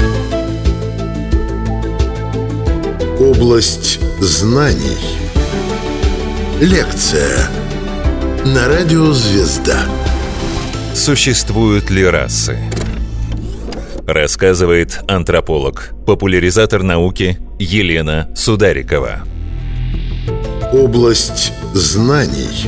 Область знаний. Лекция на радио «Звезда». Существуют ли расы? Рассказывает антрополог, популяризатор науки Елена Сударикова. Область знаний.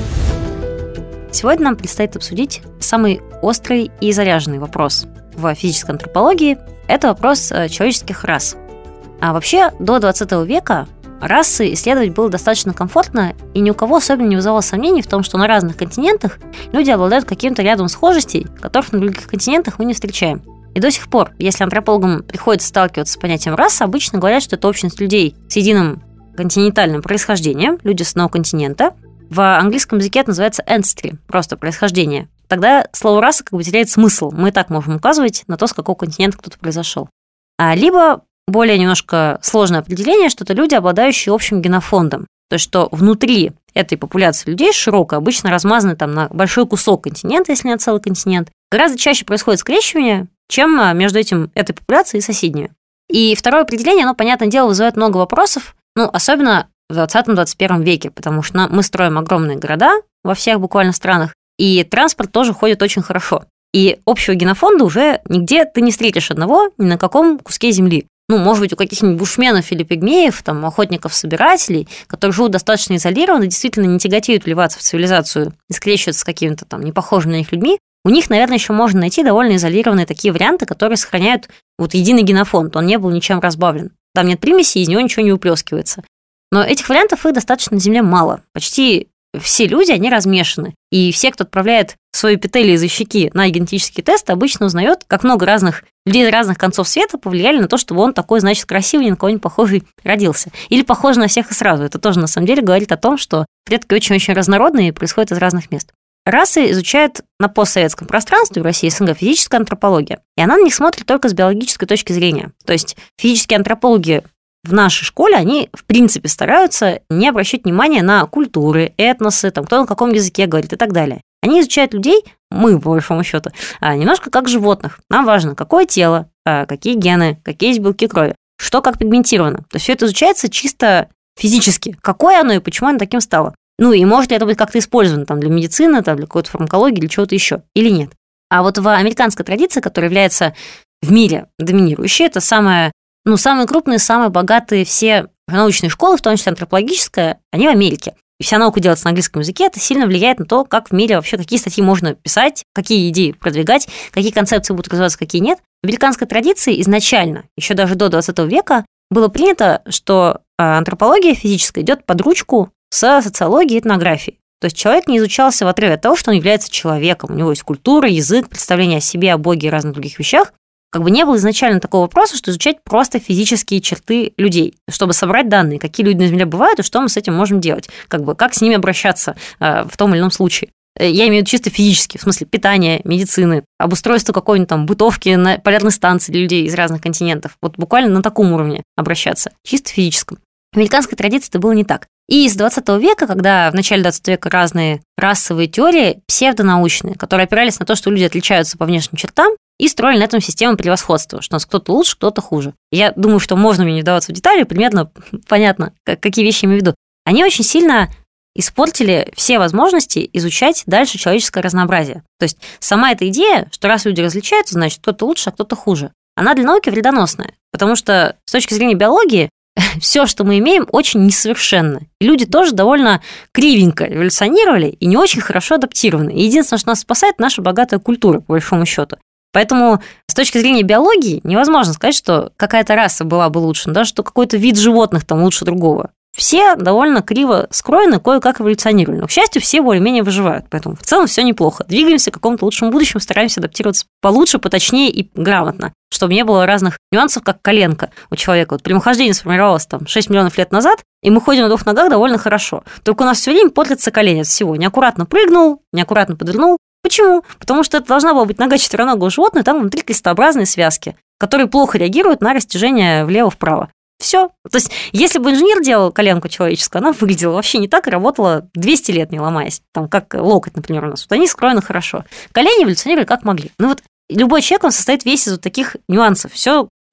Сегодня нам предстоит обсудить самый острый и заряженный вопрос в физической антропологии. Это вопрос человеческих рас. А вообще, до 20 века расы исследовать было достаточно комфортно, и ни у кого особенно не вызывало сомнений в том, что на разных континентах люди обладают каким-то рядом схожестей, которых на других континентах мы не встречаем. И до сих пор, если антропологам приходится сталкиваться с понятием расы, обычно говорят, что это общность людей с единым континентальным происхождением, люди с одного континента. В английском языке это называется ancestry, просто происхождение. Тогда слово «раса» как бы теряет смысл. Мы и так можем указывать на то, с какого континента кто-то произошел. Либо более немножко сложное определение, что это люди, обладающие общим генофондом. То есть, что внутри этой популяции людей широкой, обычно размазаны там на большой кусок континента, если не целый континент, гораздо чаще происходит скрещивание, чем между этой популяцией и соседними. И второе определение, оно, понятное дело, вызывает много вопросов, особенно в 20-21 веке, потому что мы строим огромные города во всех буквально странах, и транспорт тоже ходит очень хорошо. И общего генофонда уже нигде ты не встретишь одного ни на каком куске земли. Может быть, у каких-нибудь бушменов или пигмеев, охотников-собирателей, которые живут достаточно изолированно, действительно не тяготеют вливаться в цивилизацию и скрещиваться с какими-то непохожими на них людьми, у них, наверное, еще можно найти довольно изолированные такие варианты, которые сохраняют единый генофонд, он не был ничем разбавлен. Там нет примесей, из него ничего не выплескивается. Но этих вариантов их достаточно на Земле мало. Почти все люди, они размешаны. И все, кто отправляет свои эпителии из щеки на генетический тест, обычно узнает, как много разных людей из разных концов света повлияли на то, чтобы он такой, значит, красивый, ни на кого не похожий родился. Или похож на всех и сразу. Это тоже, на самом деле, говорит о том, что предки очень-очень разнородные и происходят из разных мест. Расы изучает на постсоветском пространстве в России СНГ физическая антропология. И она на них смотрит только с биологической точки зрения. То есть физические антропологи в нашей школе, они, в принципе, стараются не обращать внимания на культуры, этносы, кто на каком языке говорит и так далее. Они изучают людей, мы, по большому счету, немножко как животных. Нам важно, какое тело, какие гены, какие есть белки крови, что как пигментировано. То есть все это изучается чисто физически. Какое оно и почему оно таким стало. И может ли это быть как-то использовано для медицины, для какой-то фармакологии или чего-то еще, или нет. А вот в американской традиции, которая является в мире доминирующей, это самые крупные, самые богатые все научные школы, в том числе антропологическая, они в Америке. И вся наука делается на английском языке, это сильно влияет на то, как в мире вообще, какие статьи можно писать, какие идеи продвигать, какие концепции будут развиваться, какие нет. В американской традиции изначально, еще даже до 20 века, было принято, что антропология физическая идет под ручку с социологией и этнографией. То есть человек не изучался в отрыве от того, что он является человеком. У него есть культура, язык, представление о себе, о Боге и разных других вещах. Не было изначально такого вопроса, что изучать просто физические черты людей, чтобы собрать данные, какие люди на Земле бывают и что мы с этим можем делать, как с ними обращаться в том или ином случае. Я имею в виду чисто физически, в смысле питания, медицины, обустройства какой-нибудь бытовки на полярной станции для людей из разных континентов. Буквально на таком уровне обращаться, чисто физическом. В американской традиции это было не так. И с 20 века, когда в начале 20 века разные расовые теории, псевдонаучные, которые опирались на то, что люди отличаются по внешним чертам, и строили на этом систему превосходства, что у нас кто-то лучше, кто-то хуже. Я думаю, что можно мне не вдаваться в детали, примерно понятно, какие вещи я имею в виду. Они очень сильно испортили все возможности изучать дальше человеческое разнообразие. То есть сама эта идея, что раз люди различаются, значит, кто-то лучше, а кто-то хуже, она для науки вредоносная, потому что с точки зрения биологии все, что мы имеем, очень несовершенно. И люди тоже довольно кривенько эволюционировали и не очень хорошо адаптированы. И единственное, что нас спасает, наша богатая культура, по большому счету. Поэтому с точки зрения биологии невозможно сказать, что какая-то раса была бы лучше, даже что какой-то вид животных лучше другого. Все довольно криво скроены, кое-как эволюционировали. Но, к счастью, все более-менее выживают. Поэтому в целом все неплохо. Двигаемся к какому-то лучшему будущему, стараемся адаптироваться получше, поточнее и грамотно, чтобы не было разных нюансов, как коленка у человека. Прямохождение сформировалось 6 миллионов лет назад, и мы ходим на двух ногах довольно хорошо. Только у нас все время портится колени от всего. Неаккуратно прыгнул, неаккуратно подвернул. Почему? Потому что это должна была быть нога четвероногого животного, там внутри крестообразные связки, которые плохо реагируют на растяжение влево-вправо. Все. То есть, если бы инженер делал коленку человеческую, она выглядела вообще не так и работала 200 лет, не ломаясь. Как локоть, например, у нас. Они скроены хорошо. Колени эволюционировали как могли. Любой человек, он состоит весь из таких нюансов. Все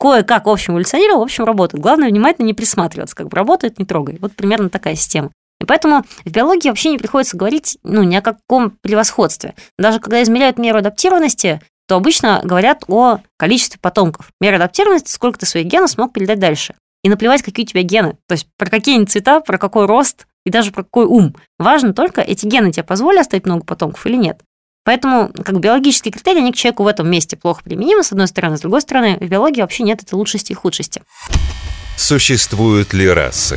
кое-как, в общем, эволюционировал, в общем, работает. Главное, внимательно не присматриваться, как бы работает, не трогай. Вот примерно такая система. И поэтому в биологии вообще не приходится говорить ни о каком превосходстве. Даже когда измеряют меру адаптированности, то обычно говорят о количестве потомков. Мера адаптированности, сколько ты своих генов смог передать дальше. И наплевать, какие у тебя гены. То есть про какие они цвета, про какой рост и даже про какой ум. Важно только, эти гены тебе позволят оставить много потомков или нет. Поэтому как биологические критерии, они к человеку в этом месте плохо применимы, с одной стороны. С другой стороны, в биологии вообще нет этой лучшести и худшести. Существуют ли расы?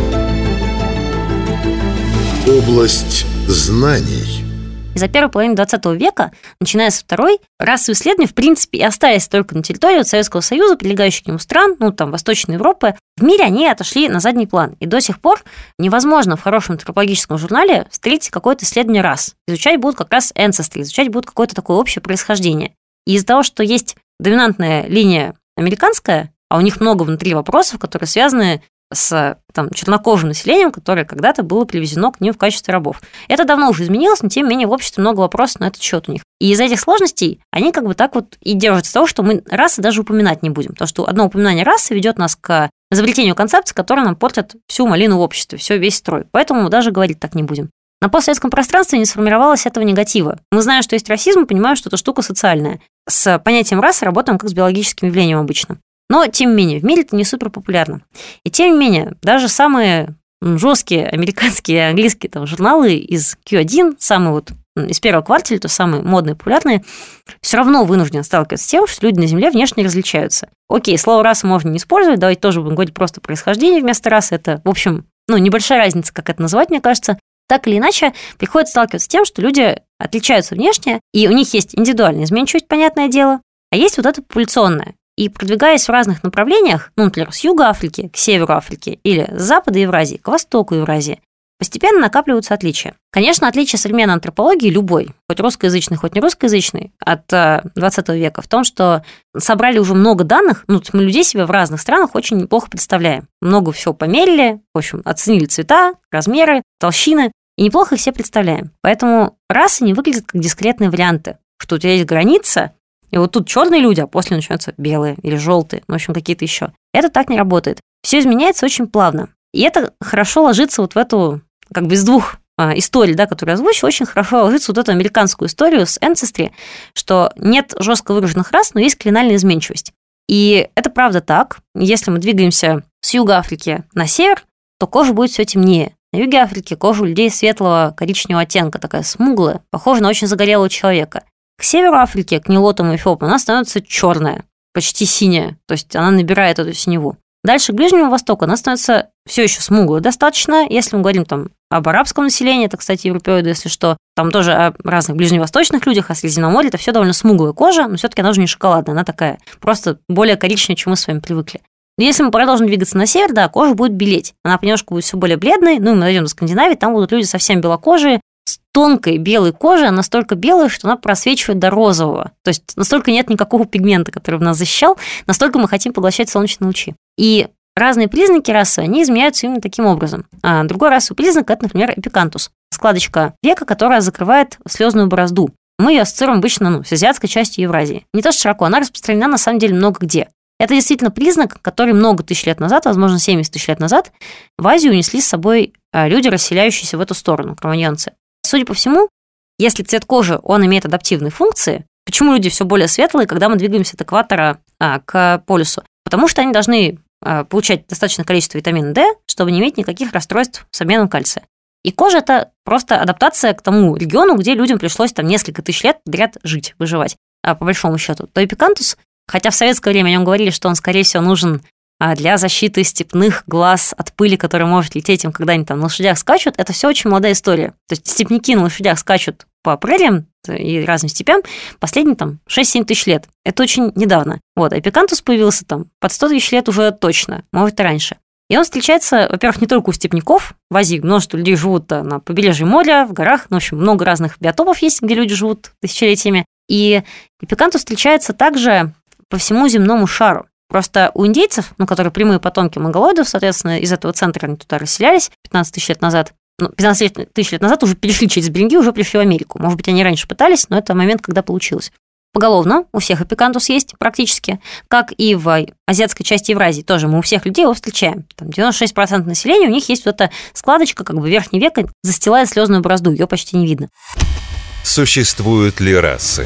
Область знаний. За первую половину 20 века, начиная со второй, расовые исследования, в принципе, и остались только на территории Советского Союза, прилегающих к нему стран, Восточной Европы. В мире они отошли на задний план. И до сих пор невозможно в хорошем антропологическом журнале встретить какое-то исследование рас. Изучать будут как раз ancestry, изучать будут какое-то такое общее происхождение. И из-за того, что есть доминантная линия американская, а у них много внутри вопросов, которые связаны с чернокожим населением, которое когда-то было привезено к ним в качестве рабов. Это давно уже изменилось, но тем не менее в обществе много вопросов на этот счет у них. И из-за этих сложностей они так вот и держатся того, что мы расы даже упоминать не будем. Потому что одно упоминание расы ведет нас к изобретению концепций, которые нам портят всю малину в обществе, весь строй. Поэтому мы даже говорить так не будем. На постсоветском пространстве не сформировалось этого негатива. Мы знаем, что есть расизм, понимаем, что это штука социальная. С понятием расы работаем как с биологическим явлением обычно. Но, тем не менее, в мире это не супер популярно. И, тем не менее, даже самые жесткие американские и английские журналы из Q1, самые из первого квартала, то самые модные, популярные, все равно вынуждены сталкиваться с тем, что люди на Земле внешне различаются. Окей, слово «раса» можно не использовать, давайте тоже будем говорить просто происхождение вместо расы. Это, в общем, небольшая разница, как это называть, мне кажется. Так или иначе, приходится сталкиваться с тем, что люди отличаются внешне, и у них есть индивидуальная изменчивость, понятное дело, а есть вот это популяционное. И продвигаясь в разных направлениях, например, с юга Африки к северу Африки или с запада Евразии к востоку Евразии, постепенно накапливаются отличия. Конечно, отличие современной антропологии любой, хоть русскоязычный, хоть не русскоязычный, от 20 века в том, что собрали уже много данных, мы людей себя в разных странах очень неплохо представляем. Много всего померили, в общем, оценили цвета, размеры, толщины, и неплохо их себе представляем. Поэтому расы не выглядят как дискретные варианты, что у тебя есть граница, и вот тут черные люди, а после начинаются белые или желтые, в общем, какие-то еще. Это так не работает. Все изменяется очень плавно. И это хорошо ложится в эту, из двух историй, которые я озвучила, очень хорошо ложится эту американскую историю с Ancestry, что нет жестко выраженных рас, но есть клинальная изменчивость. И это правда так. Если мы двигаемся с юга Африки на север, то кожа будет все темнее. На юге Африки кожа у людей светлого коричневого оттенка, такая смуглая, похожа на очень загорелого человека. К северу Африки, к нилотам и эфиопам, она становится черная, почти синяя, то есть она набирает эту синеву. Дальше к Ближнему Востоку она становится все еще смуглой достаточно, если мы говорим об арабском населении, это, кстати, европеоиды, если что, там тоже о разных ближневосточных людях, о Средиземноморье, это все довольно смуглая кожа, но все-таки она уже не шоколадная, она такая просто более коричневая, чем мы с вами привыкли. Но если мы продолжим двигаться на север, кожа будет белеть, она понемножку будет все более бледной, мы дойдем до Скандинавии, там будут люди совсем белокожие, с тонкой белой кожей, она настолько белая, что она просвечивает до розового. То есть настолько нет никакого пигмента, который нас защищал, настолько мы хотим поглощать солнечные лучи. И разные признаки расы, они изменяются именно таким образом. А другой расовый признак – это, например, эпикантус. Складочка века, которая закрывает слезную борозду. Мы ее ассоциируем обычно с азиатской частью Евразии. Не то что широко, она распространена на самом деле много где. Это действительно признак, который много тысяч лет назад, возможно, 70 тысяч лет назад, в Азию унесли с собой люди, расселяющиеся в эту сторону, кроманьонцы. Судя по всему, если цвет кожи, он имеет адаптивные функции, почему люди все более светлые, когда мы двигаемся от экватора к полюсу? Потому что они должны получать достаточное количество витамина D, чтобы не иметь никаких расстройств с обменом кальция. И кожа – это просто адаптация к тому региону, где людям пришлось несколько тысяч лет подряд жить, выживать, по большому счету. То эпикантус, хотя в советское время о нем говорили, что он, скорее всего, нужен для защиты степных глаз от пыли, которая может лететь им, когда они на лошадях скачут, это все очень молодая история. То есть степняки на лошадях скачут по прериям и разным степям последние 6-7 тысяч лет. Это очень недавно. Эпикантус появился под 100 тысяч лет уже точно, может и раньше. И он встречается, во-первых, не только у степняков. В Азии множество людей живут на побережье моря, в горах. В общем, много разных биотопов есть, где люди живут тысячелетиями. И эпикантус встречается также по всему земному шару. Просто у индейцев, которые прямые потомки монголоидов, соответственно, из этого центра они туда расселялись 15 тысяч лет назад. 15 тысяч лет назад уже перешли через Берингей, уже пришли в Америку. Может быть, они раньше пытались, но это момент, когда получилось. поголовно, у всех апикантус есть практически, как и в азиатской части Евразии тоже мы у всех людей его встречаем. Там 96% населения, у них есть вот эта складочка, как бы верхнее веко застилает слезную борозду, ее почти не видно. Существуют ли расы?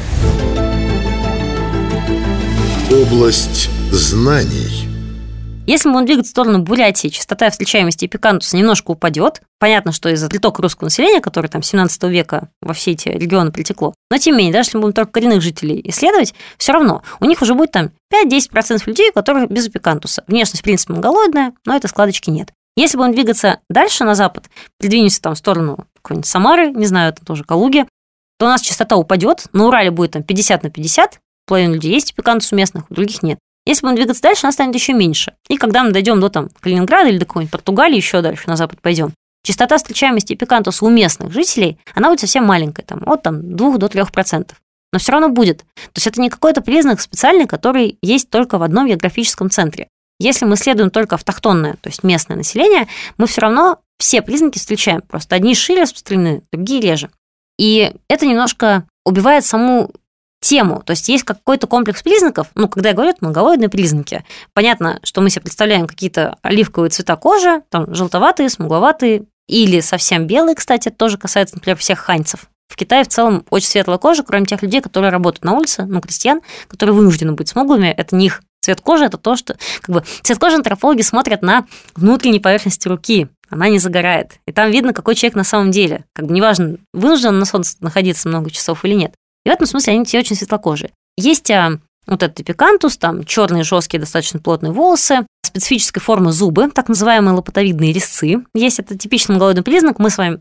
Область знаний. Если мы будем двигаться в сторону Бурятии, частота встречаемости эпикантуса немножко упадет. Понятно, что из-за притока русского населения, который там с 17 века во все эти регионы притекло. Но тем не менее, даже если мы будем только коренных жителей исследовать, все равно у них уже будет там 5-10% людей, которые без эпикантуса. Внешность, в принципе, монголоидная, но этой складочки нет. Если будем двигаться дальше на запад, придвинемся там в сторону какой-нибудь Самары, не знаю, это тоже Калуги, то у нас частота упадет. На Урале будет там 50/50, половина людей есть эпикантус у местных, у других нет. Если будем двигаться дальше, она станет еще меньше. И когда мы дойдем до там Калининграда или до какой-нибудь Португалии, еще дальше на запад пойдем, частота встречаемости эпикантуса у местных жителей, она будет совсем маленькая, там, от 2 до 3%. Но все равно будет. То есть это не какой-то признак специальный, который есть только в одном географическом центре. Если мы исследуем только автохтонное, то есть местное население, мы все равно все признаки встречаем. Просто одни шире распространены, другие реже. И это немножко убивает саму тему. То есть есть какой-то комплекс признаков, когда я говорю, это монголоидные признаки. Понятно, что мы себе представляем какие-то оливковые цвета кожи, там желтоватые, смугловатые или совсем белые, кстати, это тоже касается, например, всех ханьцев. В Китае в целом очень светлая кожа, кроме тех людей, которые работают на улице, крестьян, которые вынуждены быть смуглыми, это не их цвет кожи, это то, что цвет кожи антропологи смотрят на внутренней поверхности руки, она не загорает. И там видно, какой человек на самом деле. Неважно, вынужден он на солнце находиться много часов или нет. И в этом смысле они все очень светлокожие. Есть вот этот эпикантус, там черные, жесткие, достаточно плотные волосы, специфической формы зубы, так называемые лопатовидные резцы. Есть это типичный монголоидный признак. Мы с вами,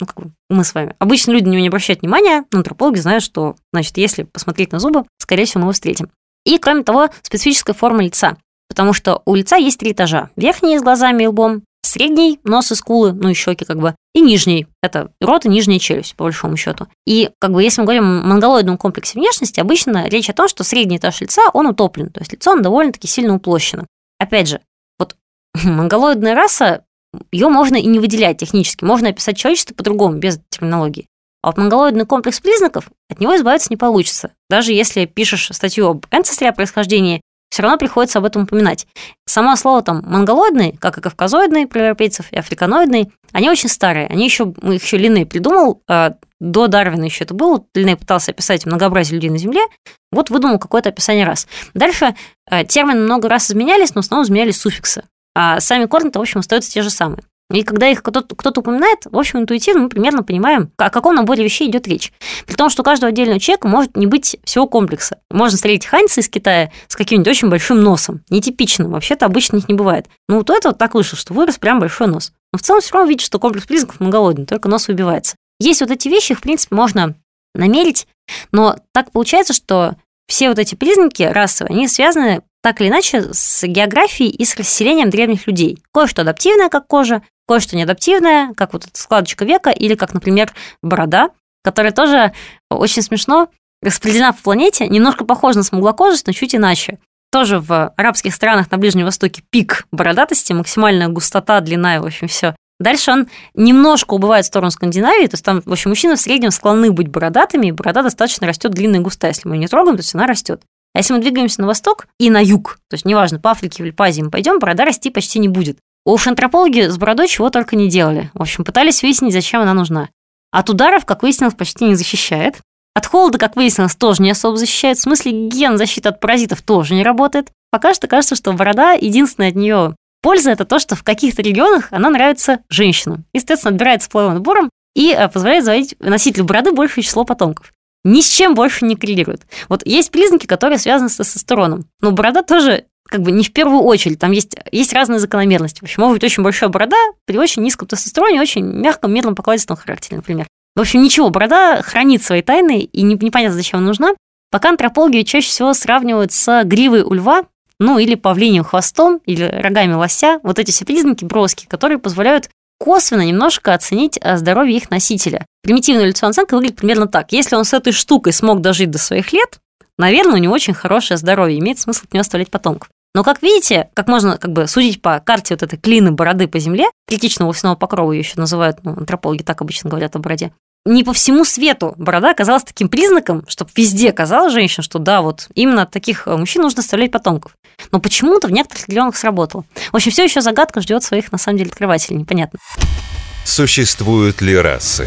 обычно люди на него не обращают внимания, но антропологи знают, что, если посмотреть на зубы, скорее всего, мы его встретим. И, кроме того, специфическая форма лица, потому что у лица есть 3 этажа. Верхний с глазами и лбом, средний, нос и скулы, и щеки и нижний, это рот и нижняя челюсть, по большому счету. И если мы говорим о монголоидном комплексе внешности, обычно речь о том, что средний этаж лица, он утоплен, то есть лицо он довольно-таки сильно уплощено. Опять же, монголоидная раса, ее можно и не выделять технически, можно описать человечество по-другому, без терминологии. А вот монголоидный комплекс признаков, от него избавиться не получится. Даже если пишешь статью об энцестре, о происхождении, все равно приходится об этом упоминать. Само слово монголоидный, как и кавказоидный про европейцев, и африканоидный, они очень старые. Их еще Линней придумал, до Дарвина еще это было. Линней пытался описать многообразие людей на Земле, выдумал какое-то описание рас. Дальше термины много раз изменялись, но в основном изменялись суффиксы. А сами корни-то, в общем, остаются те же самые. И когда их кто-то упоминает, в общем, интуитивно мы примерно понимаем, о каком наборе вещей идет речь. При том, что у каждого отдельного человека может не быть всего комплекса. Можно встретить ханьца из Китая с каким-нибудь очень большим носом. Нетипичным. Вообще-то обычно их не бывает. Но вот у этого так вышло, что вырос прям большой нос. Но в целом все равно видишь, что комплекс признаков монголоидный, только нос выбивается. Есть вот эти вещи, их, в принципе, можно намерить, но так получается, что все вот эти признаки расовые, они связаны так или иначе с географией и с расселением древних людей. Кое-что адаптивное, как кожа, кое-что неадаптивное, как вот эта складочка века, или как, например, борода, которая тоже очень смешно распределена по планете, немножко похожа на смуглокожесть, но чуть иначе. Тоже в арабских странах на Ближнем Востоке пик бородатости, максимальная густота, длина и, в общем, все. Дальше он немножко убывает в сторону Скандинавии, то есть там, в общем, мужчины в среднем склонны быть бородатыми, и борода достаточно растет длинная и густая. Если мы ее не трогаем, то есть она растет. А если мы двигаемся на восток и на юг, то есть неважно, по Африке или по Азии мы пойдем, борода расти почти не будет. Уж антропологи с бородой чего только не делали. В общем, пытались выяснить, зачем она нужна. От ударов, как выяснилось, почти не защищает. От холода, как выяснилось, тоже не особо защищает. В смысле, ген защиты от паразитов тоже не работает. Пока что кажется, что борода, единственная от нее польза, это то, что в каких-то регионах она нравится женщинам. Естественно, отбирается половым отбором и позволяет заводить носителю бороды большее число потомков. Ни с чем больше не коррелирует. Вот есть признаки, которые связаны с тестостероном. Но борода тоже не в первую очередь. Там есть разные закономерности. В общем, может быть очень большая борода при очень низком тестостероне, очень мягком, мирном, покладистом характере, например. В общем, ничего, борода хранит свои тайны, и непонятно, зачем она нужна. Пока антропологи чаще всего сравнивают с гривой у льва, или павлиньим хвостом, или рогами лося. Вот эти все признаки броски, которые позволяют косвенно немножко оценить здоровье их носителя. Примитивная эволюционная оценка выглядит примерно так. Если он с этой штукой смог дожить до своих лет, наверное, у него очень хорошее здоровье, имеет смысл от него оставлять потомков. Но, как видите, как можно судить по карте вот этой клины бороды по земле, критичного волосяного покрова ее еще называют, антропологи так обычно говорят о бороде, не по всему свету борода оказалась таким признаком, чтобы везде казалось женщинам, что да, вот именно от таких мужчин нужно оставлять потомков. Но почему-то в некоторых регионах сработало. В общем, все еще загадка ждет своих, на самом деле, открывателей. Непонятно. Существуют ли расы?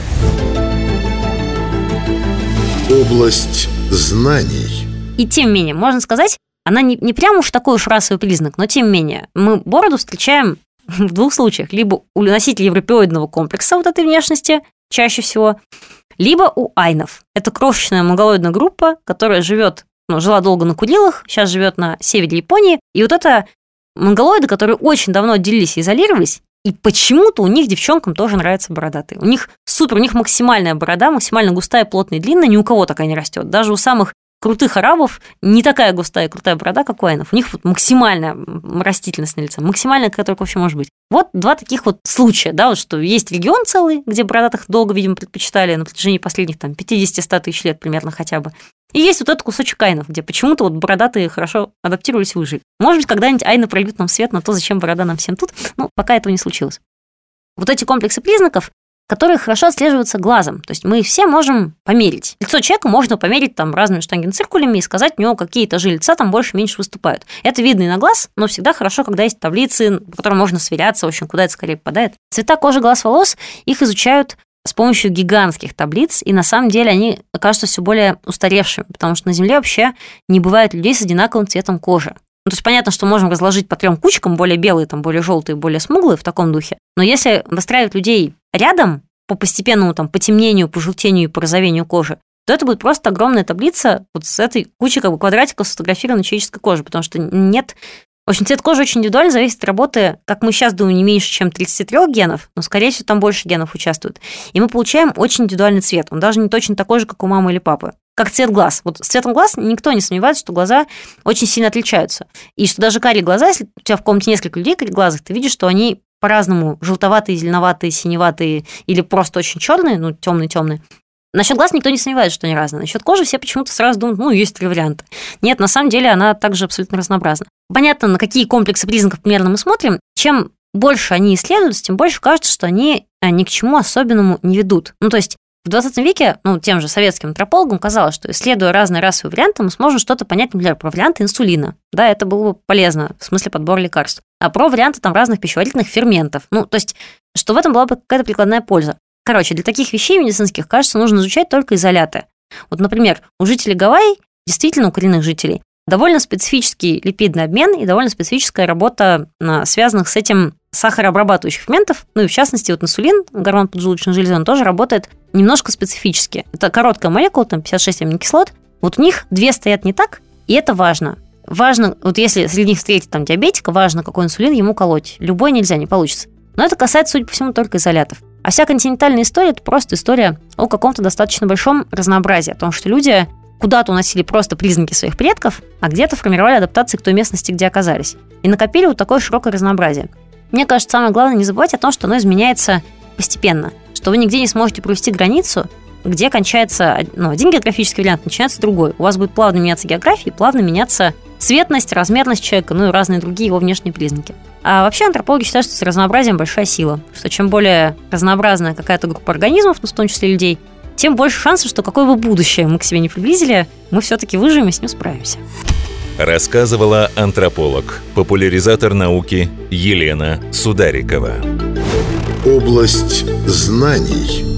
Область знаний. И тем не менее, можно сказать, она не прям уж такой уж расовый признак, но тем не менее, мы бороду встречаем в двух случаях. Либо у носителей европеоидного комплекса вот этой внешности, чаще всего, либо у айнов. Это крошечная монголоидная группа, которая жила долго на Курилах, сейчас живет на севере Японии. И вот это монголоиды, которые очень давно отделились и изолировались, и почему-то у них девчонкам тоже нравятся бородатые. У них максимальная борода, максимально густая, плотная и длинная, ни у кого такая не растет. Даже у самых крутых арабов не такая густая и крутая борода, как у айнов. У них вот максимальная растительность на лице, максимальная, какая только вообще может быть. Вот два таких вот случая, да, вот что есть регион целый, где бородатых долго, видимо, предпочитали на протяжении последних 50-100 тысяч лет примерно хотя бы. И есть вот этот кусочек айнов, где почему-то вот бородатые хорошо адаптировались и выжили. Может быть, когда-нибудь айны прольют нам свет на то, зачем борода нам всем тут, но пока этого не случилось. Вот эти комплексы признаков, которые хорошо отслеживаются глазом. То есть мы все можем померить. Лицо человека можно померить там разными штангенциркулями и сказать, у него какие этажи лица там больше-меньше выступают. Это видно и на глаз, но всегда хорошо, когда есть таблицы, по которым можно сверяться, в общем, куда это скорее попадает. Цвета кожи, глаз, волос, их изучают с помощью гигантских таблиц, и на самом деле они окажутся все более устаревшими, потому что на Земле вообще не бывает людей с одинаковым цветом кожи. Ну, то есть понятно, что можем разложить по 3 кучкам, более белые, там, более желтые, более смуглые в таком духе. Но если выстраивать людей рядом по постепенному там, потемнению, пожелтению и порозовению кожи, то это будет просто огромная таблица вот с этой кучей квадратиков сфотографированной человеческой кожи, потому что нет... В общем, цвет кожи очень индивидуально, зависит от работы, как мы сейчас думаем, не меньше, чем 33 генов, но, скорее всего, там больше генов участвует. И мы получаем очень индивидуальный цвет. Он даже не точно такой же, как у мамы или папы. Как цвет глаз. Вот с цветом глаз никто не сомневается, что глаза очень сильно отличаются. И что даже карие глаза, если у тебя в комнате несколько людей кареглазых, ты видишь, что они по-разному желтоватые, зеленоватые, синеватые или просто очень черные, ну, темные-темные. Насчет глаз никто не сомневается, что они разные. Насчет кожи все почему-то сразу думают, есть 3 варианта. Нет, на самом деле она также абсолютно разнообразна. Понятно, на какие комплексы признаков примерно мы смотрим. Чем больше они исследуются, тем больше кажется, что они ни к чему особенному не ведут. Ну, то есть в 20 веке, тем же советским антропологам казалось, что, исследуя разные расовые варианты, мы сможем что-то понять, например, про варианты инсулина. Да, это было бы полезно в смысле подбора лекарств. А про варианты там разных пищеварительных ферментов. То есть, что в этом была бы какая-то прикладная польза. Короче, для таких вещей медицинских, кажется, нужно изучать только изоляты. Вот, например, у жителей Гавайи, действительно у коренных жителей, довольно специфический липидный обмен и довольно специфическая работа связанных с этим сахарообрабатывающих ферментов. Ну и в частности, вот инсулин, гормон поджелудочной железы, он тоже работает немножко специфически. Это короткая молекула, там 56 аминокислот. Вот у них 2 стоят не так, и это важно. Важно, вот если среди них встретить там диабетика, важно, какой инсулин ему колоть. Любой нельзя, не получится. Но это касается, судя по всему, только изолятов. А вся континентальная история – это просто история о каком-то достаточно большом разнообразии, о том, что люди куда-то уносили просто признаки своих предков, а где-то формировали адаптации к той местности, где оказались. И накопили вот такое широкое разнообразие. Мне кажется, самое главное не забывать о том, что оно изменяется постепенно, что вы нигде не сможете провести границу, где кончается один географический вариант, начинается другой. У вас будет плавно меняться география, плавно меняться цветность, размерность человека, и разные другие его внешние признаки. А вообще антропологи считают, что с разнообразием большая сила, что чем более разнообразная какая-то группа организмов, в том числе людей, тем больше шансов, что какое бы будущее мы к себе не приблизили, мы все-таки выживем и с ним справимся. Рассказывала антрополог, популяризатор науки Елена Сударикова. Область знаний.